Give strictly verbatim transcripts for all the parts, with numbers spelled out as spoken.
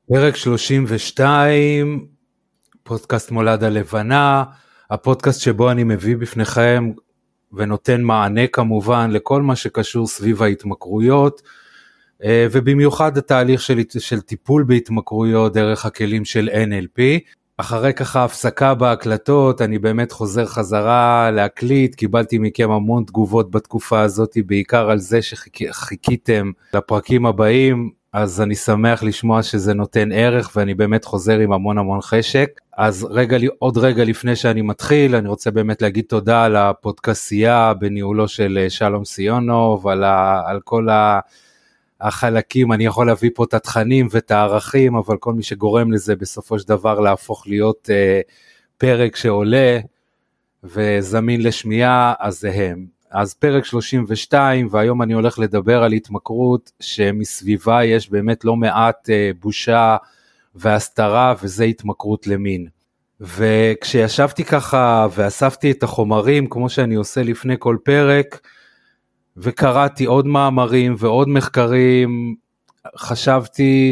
פרק שלושים ושתיים, פודקאסט מולד הלבנה, הפודקאסט שבו אני מביא בפניכם ונותן מענה כמובן לכל מה שקשור סביב ההתמכרויות, ובמיוחד התהליך של, של טיפול בהתמכרויות דרך הכלים של אן אל פי. אחרי ככה הפסקה בהקלטות, אני באמת חוזר חזרה להקליט, קיבלתי מכם המון תגובות בתקופה הזאת, בעיקר על זה שחיכיתם לפרקים הבאים, אז אני שמח לשמוע שזה נותן ערך, ואני באמת חוזר עם המון המון חשק. אז רגע, עוד רגע לפני שאני מתחיל, אני רוצה באמת להגיד תודה על הפודקאסייה בניהולו של שלום סיונוב, על, ה, על כל החלקים. אני יכול להביא פה את התכנים ואת הערכים, אבל כל מי שגורם לזה בסופו של דבר להפוך להיות אה, פרק שעולה וזמין לשמיעה, אז זה הם. אז פרק שלושים ושתיים, והיום אני הולך לדבר על התמכרות שמסביבה יש באמת לא מעט בושה והסתרה, וזה התמכרות למין. וכשישבתי ככה ואספתי את החומרים, כמו שאני עושה לפני כל פרק, וקראתי עוד מאמרים ועוד מחקרים, חשבתי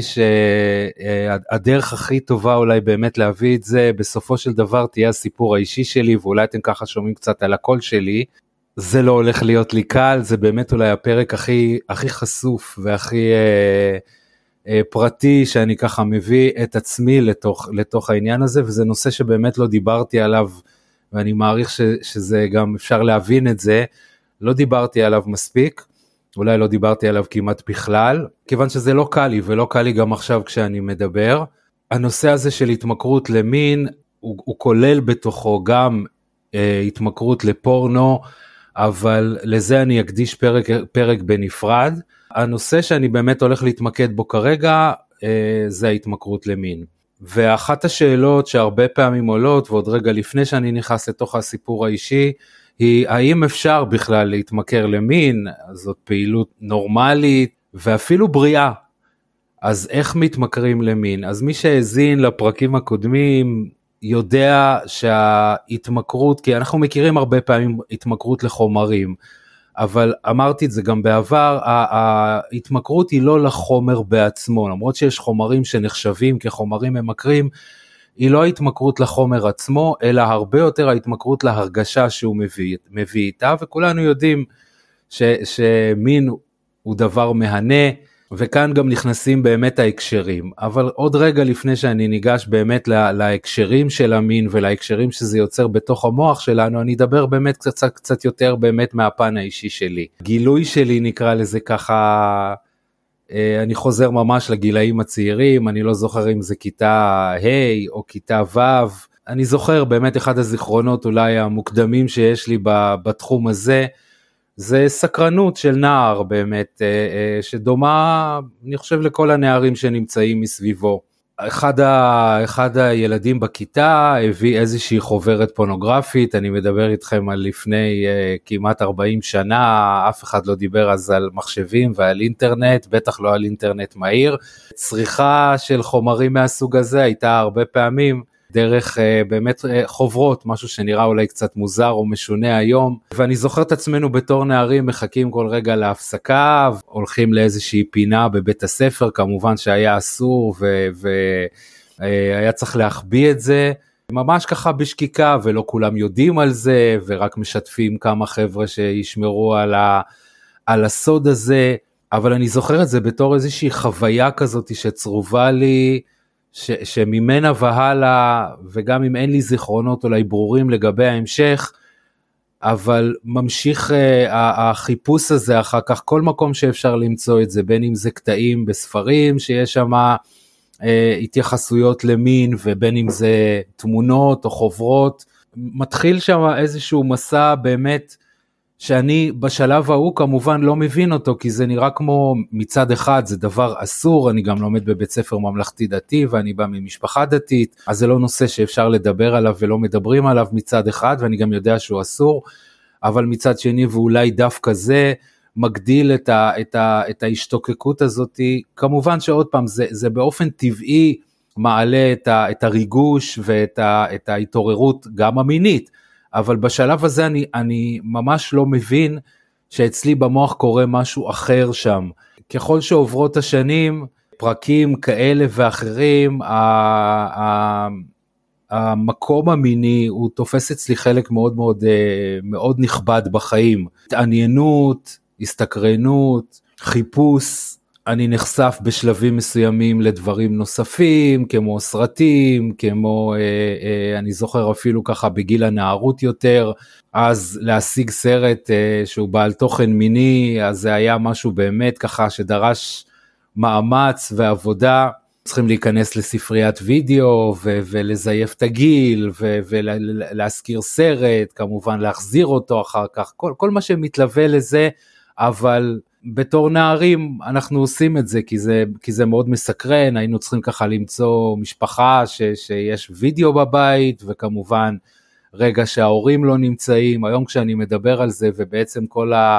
שהדרך הכי טובה אולי באמת להביא את זה, בסופו של דבר תהיה הסיפור האישי שלי, ואולי אתם ככה שומעים קצת על הקול שלי. זה לא הולך להיות לי קל, זה באמת אולי הפרק הכי, הכי חשוף והכי אה, אה, פרטי, שאני ככה מביא את עצמי לתוך, לתוך העניין הזה, וזה נושא שבאמת לא דיברתי עליו, ואני מעריך ש, שזה גם אפשר להבין את זה, לא דיברתי עליו מספיק, אולי לא דיברתי עליו כמעט בכלל, כיוון שזה לא קל לי, ולא קל לי גם עכשיו כשאני מדבר. הנושא הזה של התמכרות למין, הוא, הוא כולל בתוכו גם אה, התמכרות לפורנו, אבל לזה אני אקדיש פרק, פרק בנפרד. הנושא שאני באמת הולך להתמקד בו כרגע, זה ההתמכרות למין. ואחת השאלות שהרבה פעמים עולות, ועוד רגע לפני שאני נכנס לתוך הסיפור האישי, היא האם אפשר בכלל להתמכר למין? זאת פעילות נורמלית ואפילו בריאה. אז איך מתמכרים למין? אז מי שהאזין לפרקים הקודמים, יודע שההתמכרות, כי אנחנו מכירים הרבה פעמים התמכרות לחומרים, אבל אמרתי את זה גם בעבר, ההתמכרות היא לא לחומר בעצמו, למרות שיש חומרים שנחשבים כחומרים ממכרים, היא לא ההתמכרות לחומר עצמו, אלא הרבה יותר ההתמכרות להרגשה שהוא מביא, מביא איתה, וכולנו יודעים ש, שמין הוא דבר מהנה, וכאן גם נכנסים באמת ההקשרים, אבל עוד רגע לפני שאני ניגש באמת לה, להקשרים של המין ולהקשרים שזה יוצר בתוך המוח שלנו, אני אדבר באמת קצת, קצת יותר באמת מהפן האישי שלי. גילוי שלי נקרא לזה ככה, אני חוזר ממש לגילאים הצעירים, אני לא זוכר אם זה כיתה ה' או כיתה ו', אני זוכר באמת אחד הזיכרונות אולי המוקדמים שיש לי בתחום הזה, זה סקרנות של נער באמת, שדומה, אני חושב, לכל הנערים שנמצאים מסביבו. אחד, ה, אחד הילדים בכיתה הביא איזושהי חוברת פורנוגרפית, אני מדבר איתכם על לפני כמעט ארבעים שנה, אף אחד לא דיבר אז על מחשבים ועל אינטרנט, בטח לא על אינטרנט מהיר. צריכה של חומרים מהסוג הזה הייתה הרבה פעמים, דרך באמת חוברות, משהו שנראה אולי קצת מוזר או משונה היום, ואני זוכר את עצמנו בתור נערים מחכים כל רגע להפסקה, הולכים לאיזושהי פינה בבית הספר, כמובן שהיה אסור והיה צריך להחביא את זה, ממש ככה בשקיקה, ולא כולם יודעים על זה, ורק משתפים כמה חבר'ה שישמרו על, ה, על הסוד הזה, אבל אני זוכר את זה בתור איזושהי חוויה כזאת שצרובה לי, ש, שממנה והלאה, וגם אם אין לי זיכרונות אולי ברורים לגבי ההמשך, אבל ממשיך uh, החיפוש הזה אחר כך, כל מקום שאפשר למצוא את זה, בין אם זה קטעים בספרים, שיש שם uh, התייחסויות למין, ובין אם זה תמונות או חוברות, מתחיל שם איזשהו מסע באמת, שאני בשלב ההוא כמובן לא מבין אותו, כי זה נראה כמו מצד אחד, זה דבר אסור, אני גם לומד בבית ספר ממלכתי דתי, ואני בא ממשפחה דתית, אז זה לא נושא שאפשר לדבר עליו ולא מדברים עליו מצד אחד, ואני גם יודע שהוא אסור, אבל מצד שני, ואולי דווקא זה, מגדיל את, ה, את, ה, את ההשתוקקות הזאת, כמובן שעוד פעם, זה, זה באופן טבעי, מעלה את, ה, את הריגוש, ואת ה, את ההתעוררות גם המינית, אבל בשלב הזה אני, אני ממש לא מבין שאצלי במוח קורה משהו אחר שם. ככל שעוברות השנים, פרקים כאלה ואחרים, המקום המיני הוא תופס אצלי חלק מאוד מאוד מאוד נכבד בחיים, התעניינות, הסתקרנות, חיפוש, אני נחשף בשלבים מסוימים לדברים נוספים, כמו סרטים, כמו, אני זוכר אפילו ככה בגיל הנערות יותר, אז להשיג סרט שהוא בעל תוכן מיני, אז זה היה משהו באמת ככה שדרש מאמץ ועבודה, צריכים להיכנס לספריית וידאו ו- ולזייף את הגיל ו- ולהזכיר סרט, כמובן להחזיר אותו אחר כך, כל, כל מה שמתלווה לזה, אבל בתור נערים אנחנו עושים את זה, כי זה, כי זה מאוד מסקרן, היינו צריכים ככה למצוא משפחה ש- שיש וידאו בבית, וכמובן רגע שההורים לא נמצאים, היום כשאני מדבר על זה, ובעצם כל ה...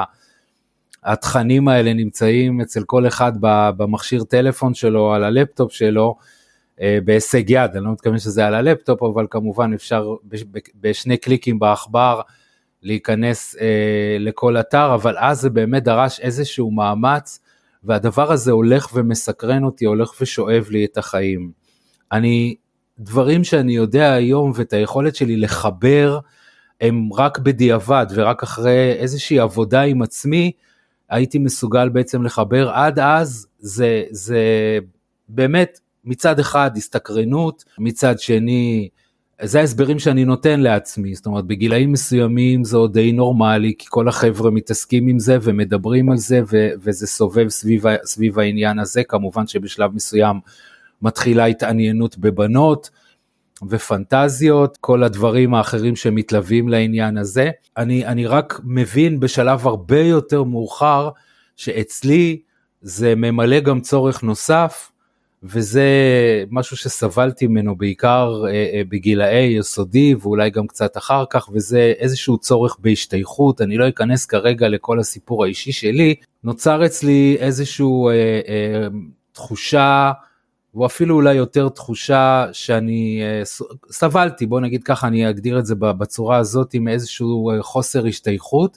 התכנים האלה נמצאים אצל כל אחד במכשיר טלפון שלו, על הלפטופ שלו, בהישג יד, אני לא מתכוון שזה על הלפטופ, אבל כמובן אפשר בשני קליקים בעכבר להיכנס לכל אתר, אבל אז זה באמת דרש איזשהו מאמץ, והדבר הזה הולך ומסקרן אותי, הולך ושואב לי את החיים. אני, דברים שאני יודע היום, ואת היכולת שלי לחבר, הם רק בדיעבד, ורק אחרי איזושהי עבודה עם עצמי, הייתי מסוגל בעצם לחבר. עד אז זה, זה באמת מצד אחד הסתקרנות, מצד שני, זה ההסברים שאני נותן לעצמי, זאת אומרת בגילאים מסוימים זה עוד די נורמלי, כי כל החבר'ה מתעסקים עם זה ומדברים על זה, ו- וזה סובב סביב, סביב העניין הזה, כמובן שבשלב מסוים מתחילה התעניינות בבנות, ופנטזיות, כל הדברים האחרים שמתלווים לעניין הזה. אני, אני רק מבין בשלב הרבה יותר מאוחר, שאצלי זה ממלא גם צורך נוסף, וזה משהו שסבלתי ממנו בעיקר בגילאי יסודי, ואולי גם קצת אחר כך, וזה איזשהו צורך בהשתייכות. אני לא אכנס כרגע לכל הסיפור האישי שלי, נוצר אצלי איזשהו אה, אה, תחושה, ואפילו אולי יותר תחושה שאני סבלתי, בוא נגיד ככה, אני אגדיר את זה בצורה הזאת, עם איזשהו חוסר השתייכות,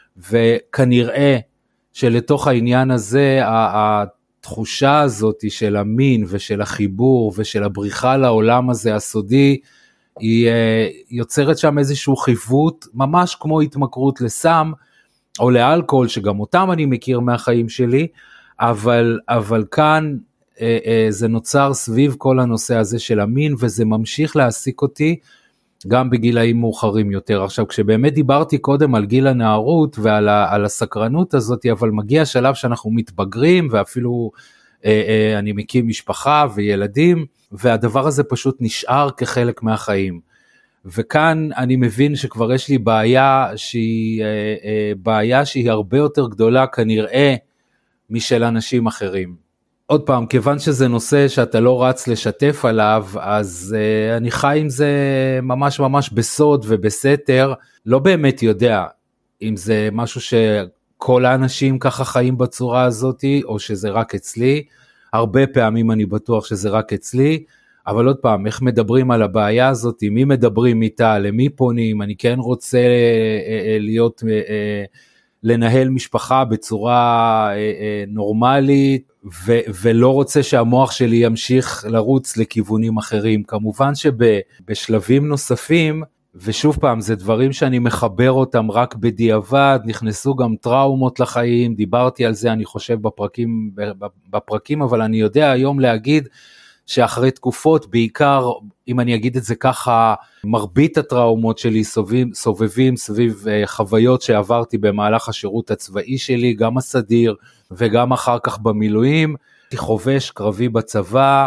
וכנראה שלתוך העניין הזה, התחושה הזאת של המין ושל החיבור ושל הבריחה לעולם הזה הסודי, היא יוצרת שם איזשהו חיווט, ממש כמו התמכרות לסם, או לאלכוהול, שגם אותם אני מכיר מהחיים שלי, אבל, אבל כאן, זה נוצר סביב כל הנושא הזה של המין, וזה ממשיך להעסיק אותי גם בגילאים מאוחרים יותר. עכשיו, כשבאמת דיברתי קודם על גיל הנערות ועל על הסקרנות הזאת, אבל מגיע שלב שאנחנו מתבגרים, ואפילו אה, אה, אני מקים משפחה וילדים, והדבר הזה פשוט נשאר כחלק מהחיים. וכאן אני מבין שכבר יש לי בעיה שהיא, אה, אה, בעיה שהיא הרבה יותר גדולה כנראה משל אנשים אחרים. עוד פעם, כיוון שזה נושא שאתה לא רץ לשתף עליו, אז uh, אני חי עם זה ממש ממש בסוד ובסתר, לא באמת יודע אם זה משהו שכל האנשים ככה חיים בצורה הזאת, או שזה רק אצלי. הרבה פעמים אני בטוח שזה רק אצלי, אבל עוד פעם, איך מדברים על הבעיה הזאת, מי מדברים איתה, למי פונים, אני כן רוצה uh, uh, להיות... Uh, uh, לנהל משפחה בצורה אה, אה, נורמלית, ו, ולא רוצה שהמוח שלי ימשיך לרוץ לכיוונים אחרים. כמובן שבשלבים נוספים, ושוב פעם, זה דברים שאני מחבר אותם רק בדיעבד, נכנסו גם טראומות לחיים, דיברתי על זה אני חושב בפרקים, בפרקים, אבל אני יודע היום להגיד, שאחרי תקופות, בעיקר, אם אני אגיד את זה ככה, מרבית הטראומות שלי סובבים, סובבים סביב חוויות שעברתי במהלך השירות הצבאי שלי, גם הסדיר וגם אחר כך במילואים, הייתי חובש קרבי בצבא,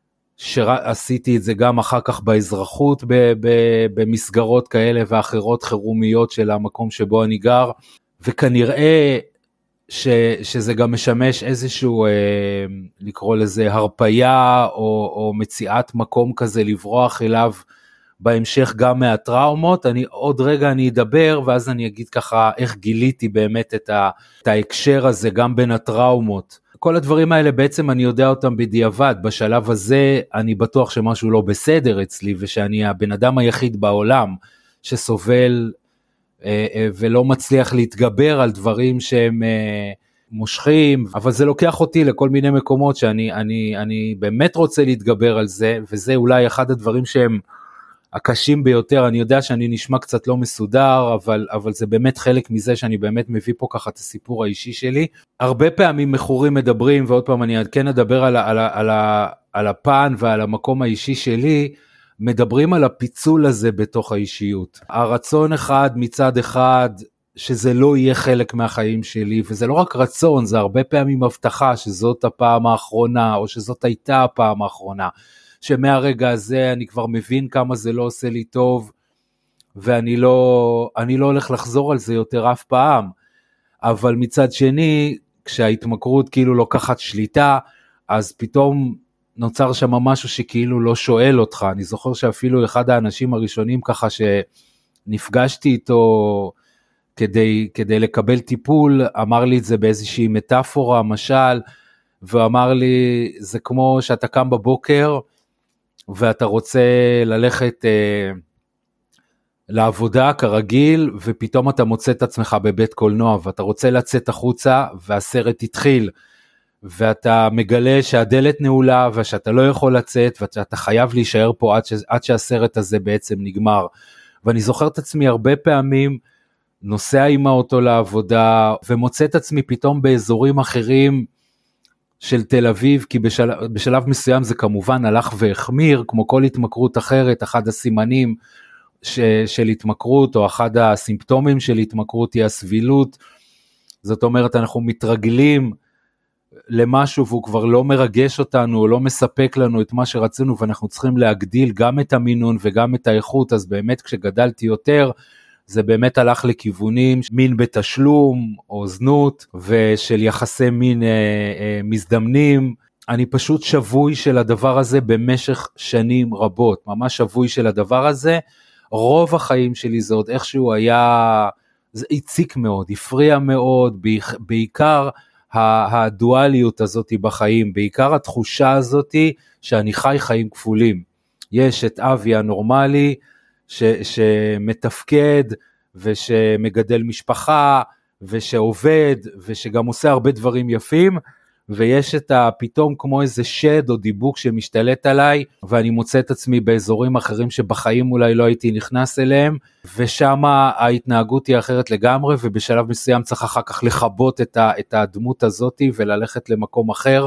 שעשיתי את זה גם אחר כך באזרחות, במסגרות כאלה ואחרות חירומיות של המקום שבו אני גר, וכנראה, ש, שזה גם משמש איזשהו, אה, לקרוא לזה הרפיה, או, או מציאת מקום כזה לברוח אליו, בהמשך גם מהטראומות. אני עוד רגע אני אדבר, ואז אני אגיד ככה, איך גיליתי באמת את, ה, את ההקשר הזה, גם בין הטראומות. כל הדברים האלה בעצם אני יודע אותם בדיעבד, בשלב הזה אני בטוח שמשהו לא בסדר אצלי, ושאני הבן אדם היחיד בעולם, שסובל, ולא מצליח להתגבר על דברים שהם מושכים, אבל זה לוקח אותי לכל מיני מקומות שאני אני, אני באמת רוצה להתגבר על זה, וזה אולי אחד הדברים שהם הקשים ביותר. אני יודע שאני נשמע קצת לא מסודר, אבל, אבל זה באמת חלק מזה שאני באמת מביא פה ככה את הסיפור האישי שלי. הרבה פעמים מכורים מדברים, ועוד פעם אני כן אדבר על, על, על, על, על הפן ועל המקום האישי שלי, מדברים על הפיצול הזה בתוך האישיות. הרצון אחד מצד אחד, שזה לא יהיה חלק מהחיים שלי, וזה לא רק רצון, זה הרבה פעמים הבטחה שזאת הפעם האחרונה, או שזאת הייתה הפעם האחרונה, שמהרגע הזה אני כבר מבין כמה זה לא עושה לי טוב, ואני לא, אני לא הולך לחזור על זה יותר אף פעם. אבל מצד שני, כשההתמכרות כאילו לוקחת שליטה, אז פתאום נוצר שם משהו שכאילו לא שואל אותך. אני זוכר שאפילו אחד האנשים הראשונים ככה שנפגשתי איתו כדי, כדי לקבל טיפול, אמר לי את זה באיזושהי מטאפורה, משל, ואמר לי, זה כמו שאתה קם בבוקר, ואתה רוצה ללכת אה, לעבודה כרגיל, ופתאום אתה מוצא את עצמך בבית קולנוע, ואתה רוצה לצאת החוצה, והסרט התחיל, ואתה מגלה שהדלת נעולה, ושאתה לא יכול לצאת, ואתה חייב להישאר פה עד, ש, עד שהסרט הזה בעצם נגמר. ואני זוכר את עצמי הרבה פעמים, נוסע עם האוטו לעבודה, ומוצא את עצמי פתאום באזורים אחרים, של תל אביב, כי בשלב, בשלב מסוים זה כמובן הלך והחמיר, כמו כל התמכרות אחרת. אחד הסימנים ש, של התמכרות, או אחד הסימפטומים של התמכרות, היא הסבילות. זאת אומרת, אנחנו מתרגלים למשהו, והוא כבר לא מרגש אותנו, או לא מספק לנו את מה שרצינו, ואנחנו צריכים להגדיל גם את המינון, וגם את האיכות. אז באמת כשגדלתי יותר, זה באמת הלך לכיוונים, מין בתשלום או זנות, ושל יחסי מין אה, אה, מזדמנים. אני פשוט שבוי של הדבר הזה במשך שנים רבות, ממש שבוי של הדבר הזה. רוב החיים שלי זה עוד איכשהו היה, זה הציק מאוד, הפריע מאוד, בעיקר הדואליות הזאת בחיים, בעיקר התחושה הזאת שאני חי חיים כפולים. יש את אבי הנורמלי, ש, שמתפקד, ושמגדל משפחה, ושעובד, ושגם עושה הרבה דברים יפים, ויש את הפתאום כמו איזה שד או דיבוק שמשתלט עליי, ואני מוצא את עצמי באזורים אחרים שבחיים אולי לא הייתי נכנס אליהם, ושם ההתנהגות היא אחרת לגמרי, ובשלב מסוים צריך אחר כך לחבות את, ה, את הדמות הזאת, וללכת למקום אחר,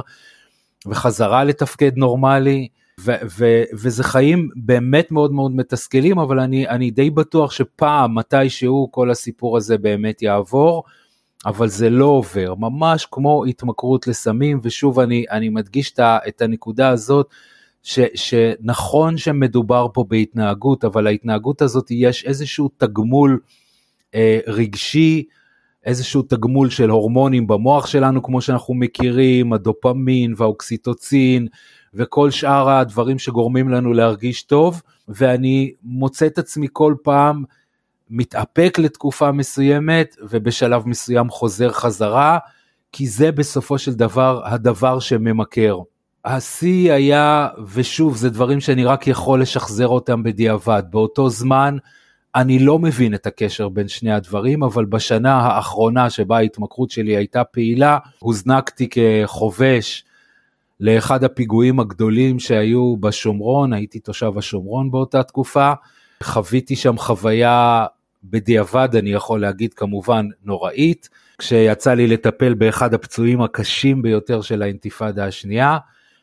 וחזרה לתפקד נורמלי, ו- ו- וזה חיים באמת מאוד מאוד מתסכלים, אבל אני, אני די בטוח שפעם, מתי שהוא, כל הסיפור הזה באמת יעבור, אבל זה לא עובר, ממש כמו התמכרות לסמים. ושוב אני, אני מדגיש את הנקודה הזאת, ש, שנכון שמדובר פה בהתנהגות, אבל ההתנהגות הזאת יש איזשהו תגמול אה, רגשי, איזשהו תגמול של הורמונים במוח שלנו, כמו שאנחנו מכירים, הדופמין והאוקסיטוצין, וכל שאר הדברים שגורמים לנו להרגיש טוב, ואני מוצא את עצמי כל פעם, מתאפק לתקופה מסוימת, ובשלב מסוים חוזר חזרה, כי זה בסופו של דבר, הדבר שממכר. השיא היה, ושוב, זה דברים שאני רק יכול לשחזר אותם בדיעבד, באותו זמן, אני לא מבין את הקשר בין שני הדברים, אבל בשנה האחרונה שבה ההתמכרות שלי הייתה פעילה, הוזנקתי כחובש, לאחד הפיגועים הגדולים שהיו בשומרון, הייתי תושב השומרון באותה תקופה, חוויתי שם חוויה בדיעבד, אני יכול להגיד כמובן נוראית, כשיצא לי לטפל באחד הפצועים הקשים ביותר של האינתיפאדה השנייה,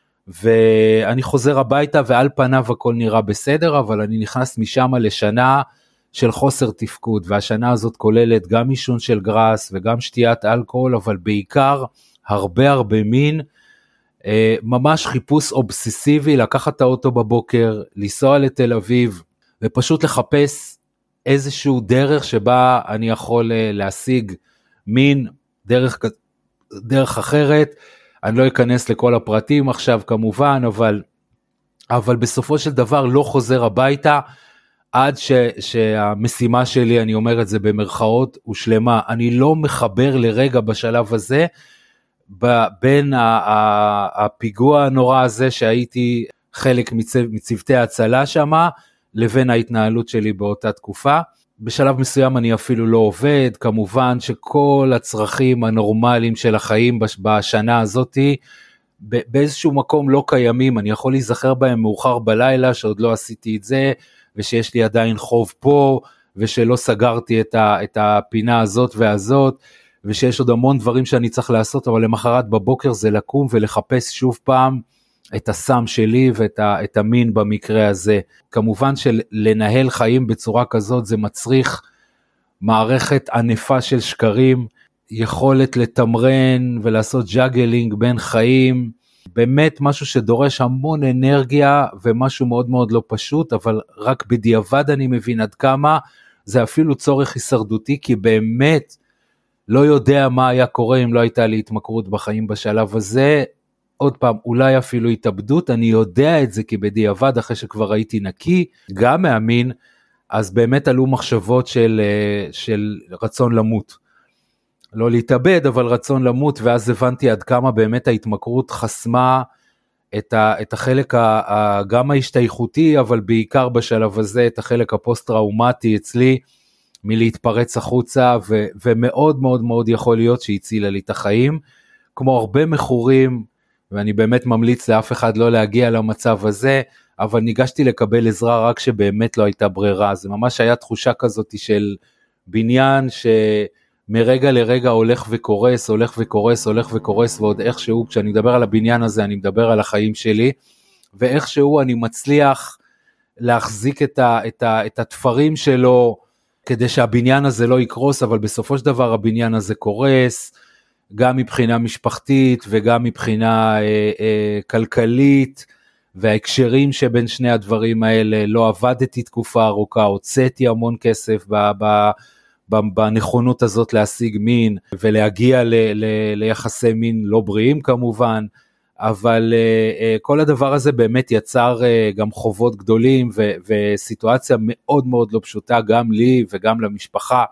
ואני חוזר הביתה ועל פניו הכל נראה בסדר, אבל אני נכנס משם לשנה של חוסר תפקוד, והשנה הזאת כוללת גם עישון של גראס וגם שתיית אלכוהול, אבל בעיקר הרבה הרבה מין, ממש חיפוש אובססיבי, לקחת את האוטו בבוקר, לנסוע לתל אביב, ופשוט לחפש איזשהו דרך שבה אני יכול להשיג מין, דרך, דרך אחרת. אני לא אכנס לכל הפרטים עכשיו כמובן, אבל, אבל בסופו של דבר לא חוזר הביתה, עד ש, שהמשימה שלי, אני אומר את זה במרכאות, הושלמה. אני לא מחבר לרגע בשלב הזה, בין הפיגוע הנורא הזה שהייתי חלק מצוותי ההצלה שמה, לבין ההתנהלות שלי באותה תקופה. בשלב מסוים אני אפילו לא עובד, כמובן שכל הצרכים הנורמליים של החיים בשנה הזאת, באיזשהו מקום לא קיימים, אני יכול להיזכר בהם מאוחר בלילה, שעוד לא עשיתי את זה, ושיש לי עדיין חוב פה, ושלא סגרתי את, ה, את הפינה הזאת והזאת, ושיש עוד המון דברים שאני צריך לעשות, אבל למחרת בבוקר זה לקום ולחפש שוב פעם את הסם שלי ואת ה, את המין במקרה הזה. כמובן שלנהל חיים בצורה כזאת זה מצריך מערכת ענפה של שקרים, יכולת לתמרן ולעשות ג'אגלינג בין חיים, באמת משהו שדורש המון אנרגיה ומשהו מאוד מאוד לא פשוט, אבל רק בדיעבד אני מבין עד כמה זה אפילו צורך הישרדותי, כי באמת לא יודע מה היה קורה אם לא הייתה לי התמכרות בחיים בשלב הזה, עוד פעם, אולי אפילו התאבדות, אני יודע את זה כי בדיעבד אחרי שכבר הייתי נקי, גם מאמין, אז באמת עלו מחשבות של, של רצון למות. לא להתאבד, אבל רצון למות, ואז הבנתי עד כמה באמת ההתמכרות חסמה את, ה, את החלק ה, ה, גם ההשתייכותי, אבל בעיקר בשלב הזה, את החלק הפוסט-טראומטי אצלי, מלהתפרץ החוצה, ו, ומאוד מאוד מאוד יכול להיות שהצילה לי את החיים, כמו הרבה מכורים, ואני באמת ממליץ לאף אחד לא להגיע למצב הזה, אבל ניגשתי לקבל עזרה רק שבאמת לא הייתה ברירה, זה ממש היה תחושה כזאת של בניין שמרגע לרגע הולך וקורס, הולך וקורס, הולך וקורס, ועוד איכשהו, כשאני מדבר על הבניין הזה, אני מדבר על החיים שלי, ואיכשהו אני מצליח להחזיק את, ה, את, ה, את התפרים שלו, כדי שהבניין הזה לא יקרוס, אבל בסופו של דבר הבניין הזה קורס, גם מבחינה משפחתית וגם מבחינה אה, אה, כלכלית, וההקשרים שבין שני הדברים האלה, לא עבדתי תקופה ארוכה, הוצאתי המון כסף ב, ב, ב, בנכונות הזאת להשיג מין, ולהגיע ל, ל, ליחסי מין לא בריאים כמובן, אבל אה, אה, כל הדבר הזה באמת יצר אה, גם חובות גדולים, ו, וסיטואציה מאוד מאוד לא פשוטה, גם לי וגם למשפחה,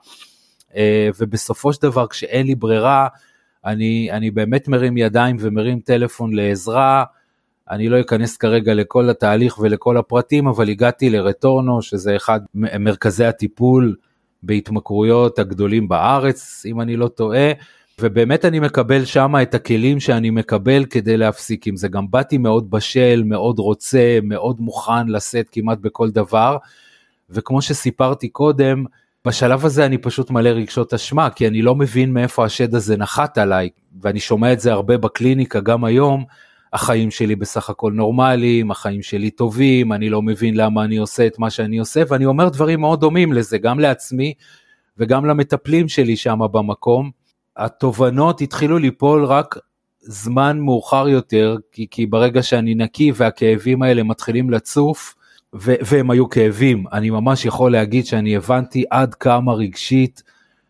אה, ובסופו של דבר כשאין לי ברירה, אני, אני באמת מרים ידיים ומרים טלפון לעזרה, אני לא אכנס כרגע לכל התהליך ולכל הפרטים, אבל הגעתי לרטורנו, שזה אחד מרכזי הטיפול בהתמכרויות הגדולים בארץ, אם אני לא טועה, ובאמת אני מקבל שם את הכלים שאני מקבל כדי להפסיק עם זה, גם באתי מאוד בשל, מאוד רוצה, מאוד מוכן לשאת כמעט בכל דבר, וכמו שסיפרתי קודם, בשלב הזה אני פשוט מלא רגשות אשמה, כי אני לא מבין מאיפה השד הזה נחת עליי, ואני שומע את זה הרבה בקליניקה גם היום, החיים שלי בסך הכל נורמליים, החיים שלי טובים, אני לא מבין למה אני עושה את מה שאני עושה, ואני אומר דברים מאוד דומים לזה, גם לעצמי, וגם למטפלים שלי שם במקום. התובנות התחילו ליפול רק זמן מאוחר יותר, כי, כי ברגע שאני נקי, והכאבים האלה מתחילים לצוף, ו- והם היו כאבים, אני ממש יכול להגיד שאני הבנתי עד כמה רגשית,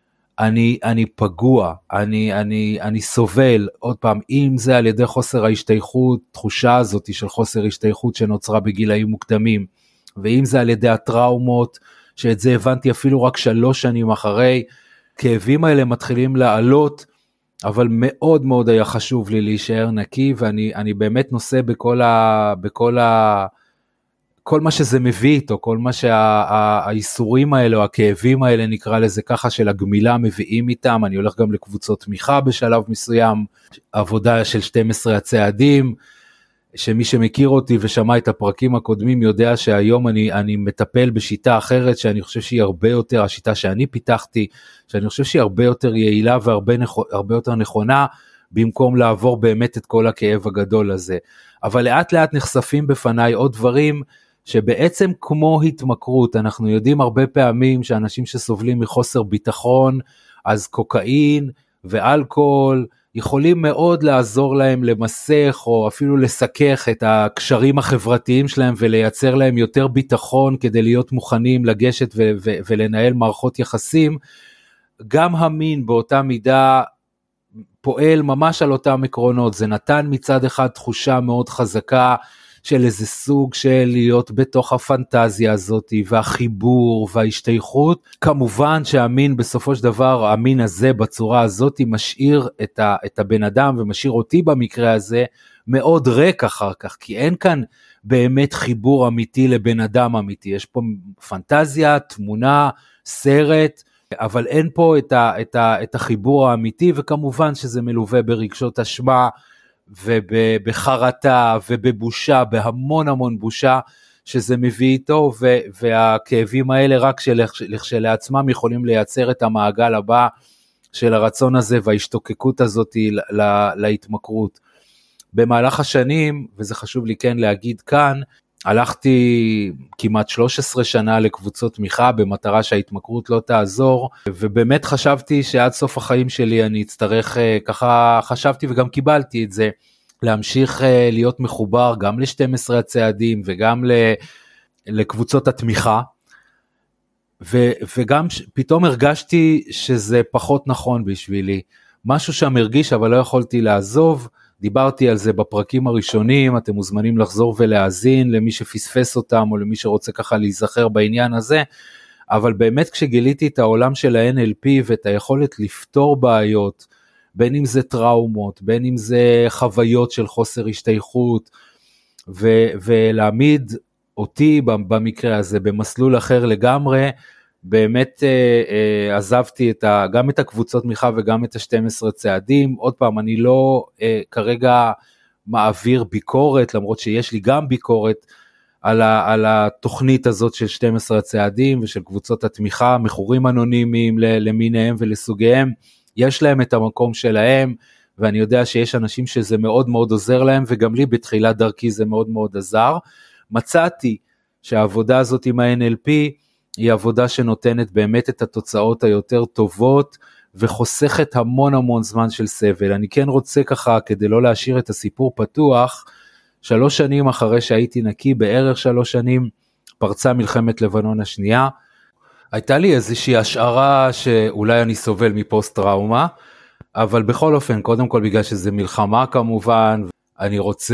אני, אני פגוע, אני, אני, אני סובל, עוד פעם, אם זה על ידי חוסר ההשתייכות, תחושה הזאת של חוסר השתייכות שנוצרה בגילאים מוקדמים, ואם זה על ידי הטראומות, שאת זה הבנתי אפילו רק שלוש שנים אחרי, כאבים האלה מתחילים לעלות, אבל מאוד מאוד היה חשוב לי להישאר נקי, ואני אני באמת נושא בכל ה... בכל ה כל מה שזה מביא איתו, כל מה שהאיסורים האלה, או הכאבים האלה, נקרא לזה ככה, של הגמילה מביאים איתם, אני הולך גם לקבוצות תמיכה בשלב מסוים, עבודה של שנים עשר הצעדים, שמי שמכיר אותי ושמע את הפרקים הקודמים, יודע שהיום אני, אני מטפל בשיטה אחרת, שאני חושב שהיא הרבה יותר, השיטה שאני פיתחתי, שאני חושב שהיא הרבה יותר יעילה, והרבה נכ, הרבה יותר נכונה, במקום לעבור באמת את כל הכאב הגדול הזה. אבל לאט לאט נחשפים בפניי עוד דברים, שבעצם כמו התמכרות, אנחנו יודעים הרבה פעמים שאנשים שסובלים מחוסר ביטחון, אז קוקאין ואלכוהול יכולים מאוד לעזור להם למסך, או אפילו לסכך את הקשרים החברתיים שלהם, ולייצר להם יותר ביטחון, כדי להיות מוכנים לגשת ו- ו- ולנהל מערכות יחסים. גם המין באותה מידה פועל ממש על אותם עקרונות, זה נתן מצד אחד תחושה מאוד חזקה, של איזה סוג של להיות בתוך הפנטזיה הזאת, והחיבור וההשתייכות. כמובן שהמין בסופו של דבר, המין הזה בצורה הזאת, משאיר את, ה, את הבן אדם, ומשאיר אותי במקרה הזה, מאוד ריק אחר כך, כי אין כאן באמת חיבור אמיתי לבן אדם אמיתי, יש פה פנטזיה, תמונה, סרט, אבל אין פה את, ה, את, ה, את החיבור האמיתי, וכמובן שזה מלווה ברגשות אשמה, ובחרטה, ובבושה, בהמון המון בושה, שזה מביא איתו, ו, והכאבים האלה רק שלעצמם יכולים לייצר את המעגל הבא, של הרצון הזה, וההשתוקקות הזאת לה, להתמכרות. במהלך השנים, וזה חשוב לי כן להגיד כאן, הלכתי כמעט שלוש עשרה שנה לקבוצות תמיכה, במטרה שההתמכרות לא תעזור, ובאמת חשבתי שעד סוף החיים שלי אני אצטרך, ככה חשבתי וגם קיבלתי את זה, להמשיך להיות מחובר גם ל-שנים עשר הצעדים, וגם לקבוצות התמיכה, ו- וגם פתאום הרגשתי שזה פחות נכון בשבילי, משהו שם הרגיש אבל לא יכולתי לעזוב, דיברתי על זה בפרקים הראשונים, אתם מוזמנים לחזור ולהאזין למי שפספס אותם, או למי שרוצה ככה להיזכר בעניין הזה, אבל באמת כשגיליתי את העולם של ה-אן אל פי, ואת היכולת לפתור בעיות, בין אם זה טראומות, בין אם זה חוויות של חוסר השתייכות, ו- ולהעמיד אותי במקרה הזה, במסלול אחר לגמרי, באמת אה, אה, עזבתי את ה, גם את הקבוצות תמיכה וגם את ה-שנים עשר צעדים, עוד פעם אני לא אה, כרגע מעביר ביקורת, למרות שיש לי גם ביקורת על, ה, על התוכנית הזאת של שנים עשר הצעדים ושל קבוצות התמיכה, מכורים אנונימיים למיניהם ולסוגיהם, יש להם את המקום שלהם, ואני יודע שיש אנשים שזה מאוד מאוד עוזר להם, וגם לי בתחילת דרכי זה מאוד מאוד עזר, מצאתי שהעבודה הזאת עם ה-אן אל פי, היא עבודה שנותנת באמת את התוצאות היותר טובות, וחוסכת המון המון זמן של סבל. אני כן רוצה ככה, כדי לא להשאיר את הסיפור פתוח, שלוש שנים אחרי שהייתי נקי, בערך שלוש שנים, פרצה מלחמת לבנון השנייה, הייתה לי איזושהי השערה שאולי אני סובל מפוסט טראומה, אבל בכל אופן, קודם כל בגלל שזה מלחמה כמובן, אני רוצה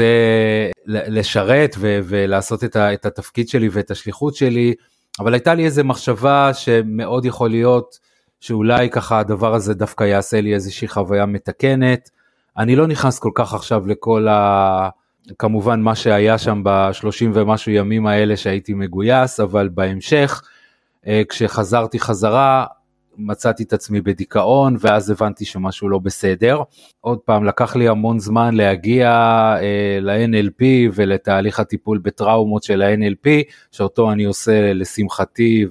לשרת ו- ולעשות את, ה- את התפקיד שלי ואת השליחות שלי, אבל הייתה לי איזו מחשבה שמאוד יכול להיות שאולי ככה הדבר הזה דווקא יעשה לי איזושהי חוויה מתקנת. אני לא נכנס כל כך עכשיו לכל ה... כמובן מה שהיה שם בשלושים ומשהו ימים האלה שהייתי מגויס, אבל בהמשך כשחזרתי חזרה מצאתי את עצמי בדיכאון, ואז הבנתי שמשהו לא בסדר. עוד פעם, לקח לי המון זמן להגיע אה, ל-אן אל פי ולתהליך הטיפול בטראומות של ה-אן אל פי, שאותו אני עושה לשמחתי,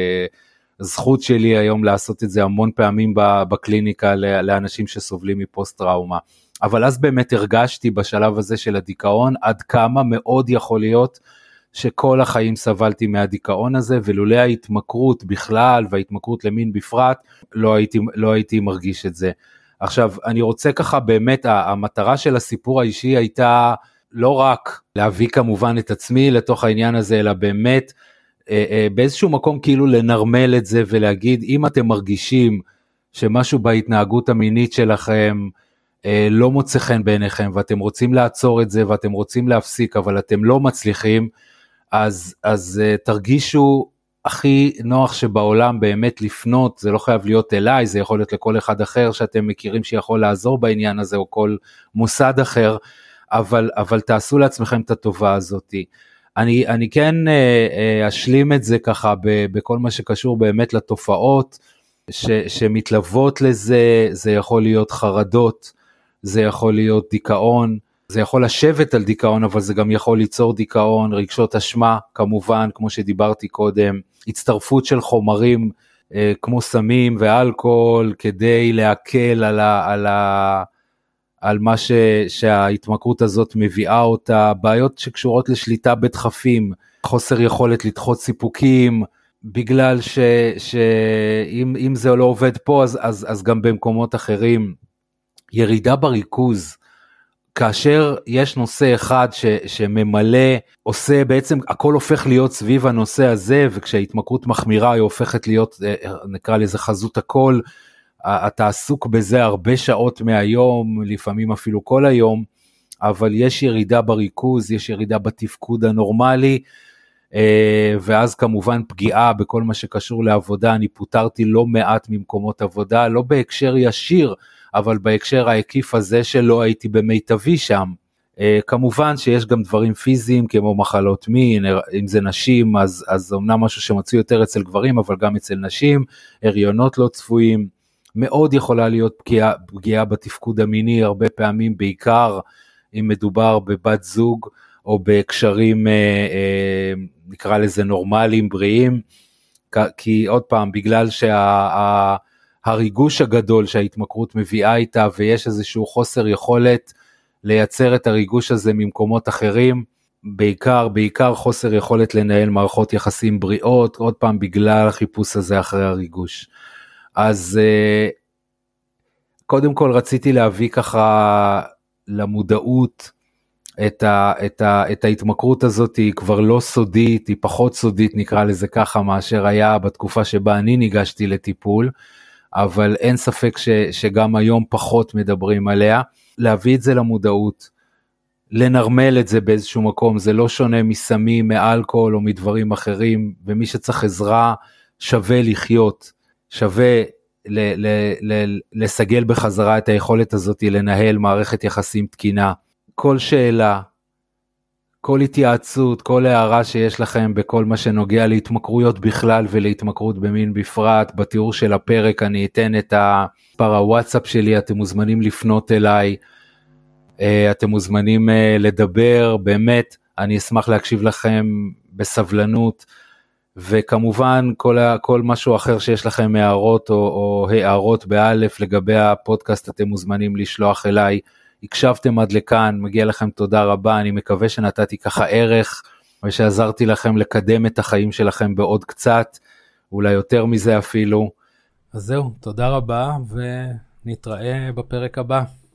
וזכות שלי היום לעשות את זה המון פעמים בקליניקה לאנשים שסובלים מפוסט טראומה. אבל אז באמת הרגשתי בשלב הזה של הדיכאון, עד כמה מאוד יכול להיות שכל החיים סבלתי מהדיכאון הזה, ולולא ההתמכרות בכלל, וההתמכרות למין בפרט, לא הייתי, לא הייתי מרגיש את זה. עכשיו, אני רוצה ככה באמת, המטרה של הסיפור האישי הייתה לא רק להביא כמובן את עצמי לתוך העניין הזה, אלא באמת באיזשהו מקום כאילו לנרמל את זה, ולהגיד, אם אתם מרגישים שמשהו בהתנהגות המינית שלכם, לא מוצא חן בעיניכם, ואתם רוצים לעצור את זה, ואתם רוצים להפסיק, אבל אתם לא מצליחים, אז, אז uh, תרגישו הכי נוח שבעולם באמת לפנות, זה לא חייב להיות אליי, זה יכול להיות לכל אחד אחר שאתם מכירים שיכול לעזור בעניין הזה, או כל מוסד אחר, אבל, אבל תעשו לעצמכם את הטובה הזאת. אני, אני כן uh, uh, אשלים את זה ככה, ב, בכל מה שקשור באמת לתופעות, ש, שמתלוות לזה, זה יכול להיות חרדות, זה יכול להיות דיכאון, זה יכול לשבת על דיכאון, אבל זה גם יכול ליצור דיכאון, רגשות אשמה, כמובן, כמו שדיברתי קודם, הצטרפות של חומרים, אה, כמו סמים ואלכוהול, כדי להקל על, ה, על, ה, על מה ש, שההתמכרות הזאת מביאה אותה, בעיות שקשורות לשליטה בדחפים, חוסר יכולת לדחות סיפוקים, בגלל ש, שאם, אם זה לא עובד פה, אז, אז, אז גם במקומות אחרים, ירידה בריכוז, כאשר יש נושא אחד ש, שממלא, עושה בעצם, הכל הופך להיות סביב הנושא הזה, וכשההתמכרות מחמירה היא הופכת להיות, נקרא לזה חזות הכל, אתה עסוק בזה הרבה שעות מהיום, לפעמים אפילו כל היום, אבל יש ירידה בריכוז, יש ירידה בתפקוד הנורמלי, ואז כמובן פגיעה בכל מה שקשור לעבודה, אני פוטרתי לא מעט ממקומות עבודה, לא בהקשר ישיר, אבל בהקשר העקיף הזה שלא הייתי במיטבי שם, כמובן שיש גם דברים פיזיים כמו מחלות מין, אם זה נשים אז, אז אומנם משהו שמצוי יותר אצל גברים אבל גם אצל נשים, הריונות לא צפויים, מאוד יכולה להיות פגיעה, פגיעה בתפקוד המיני הרבה פעמים, בעיקר אם מדובר בבת זוג או בהקשרים נקרא לזה נורמליים בריאים, כי עוד פעם בגלל שהריגוש הגדול שההתמכרות מביאה איתה ויש איזשהו חוסר יכולת לייצר את הריגוש הזה ממקומות אחרים, בעיקר, בעיקר חוסר יכולת לנהל מערכות יחסים בריאות, עוד פעם בגלל החיפוש הזה אחרי הריגוש. אז קודם כל רציתי להביא ככה למודעות את, ה, את, ה, את ההתמכרות הזאת, היא כבר לא סודית, היא פחות סודית נקרא לזה ככה, מאשר היה בתקופה שבה אני ניגשתי לטיפול, אבל אין ספק ש, שגם היום פחות מדברים עליה, להביא את זה למודעות, לנרמל את זה באיזשהו מקום, זה לא שונה מסמים, מאלכוהול או מדברים אחרים, ומי שצריך עזרה שווה לחיות, שווה ל- ל- ל- לסגל בחזרה את היכולת הזאת, לנהל מערכת יחסים תקינה. כל שאלה, כל התייעצות, כל הערה שיש לכם בכל מה שנוגע להתמכרויות בכלל ולהתמכרות במין בפרט, בתיאור של הפרק אני אתן את הפר הוואטסאפ שלי, אתם מוזמנים לפנות אליי, אתם מוזמנים לדבר, באמת, אני אשמח להקשיב לכם בסבלנות, וכמובן כל, כל משהו אחר שיש לכם הערות או, או הערות באלף לגבי הפודקאסט, אתם מוזמנים לשלוח אליי, הקשבתם עד לכאן, מגיע לכם תודה רבה, אני מקווה שנתתי ככה ערך, ושעזרתי לכם לקדם את החיים שלכם בעוד קצת, אולי יותר מזה אפילו. אז זהו, תודה רבה, ונתראה בפרק הבא.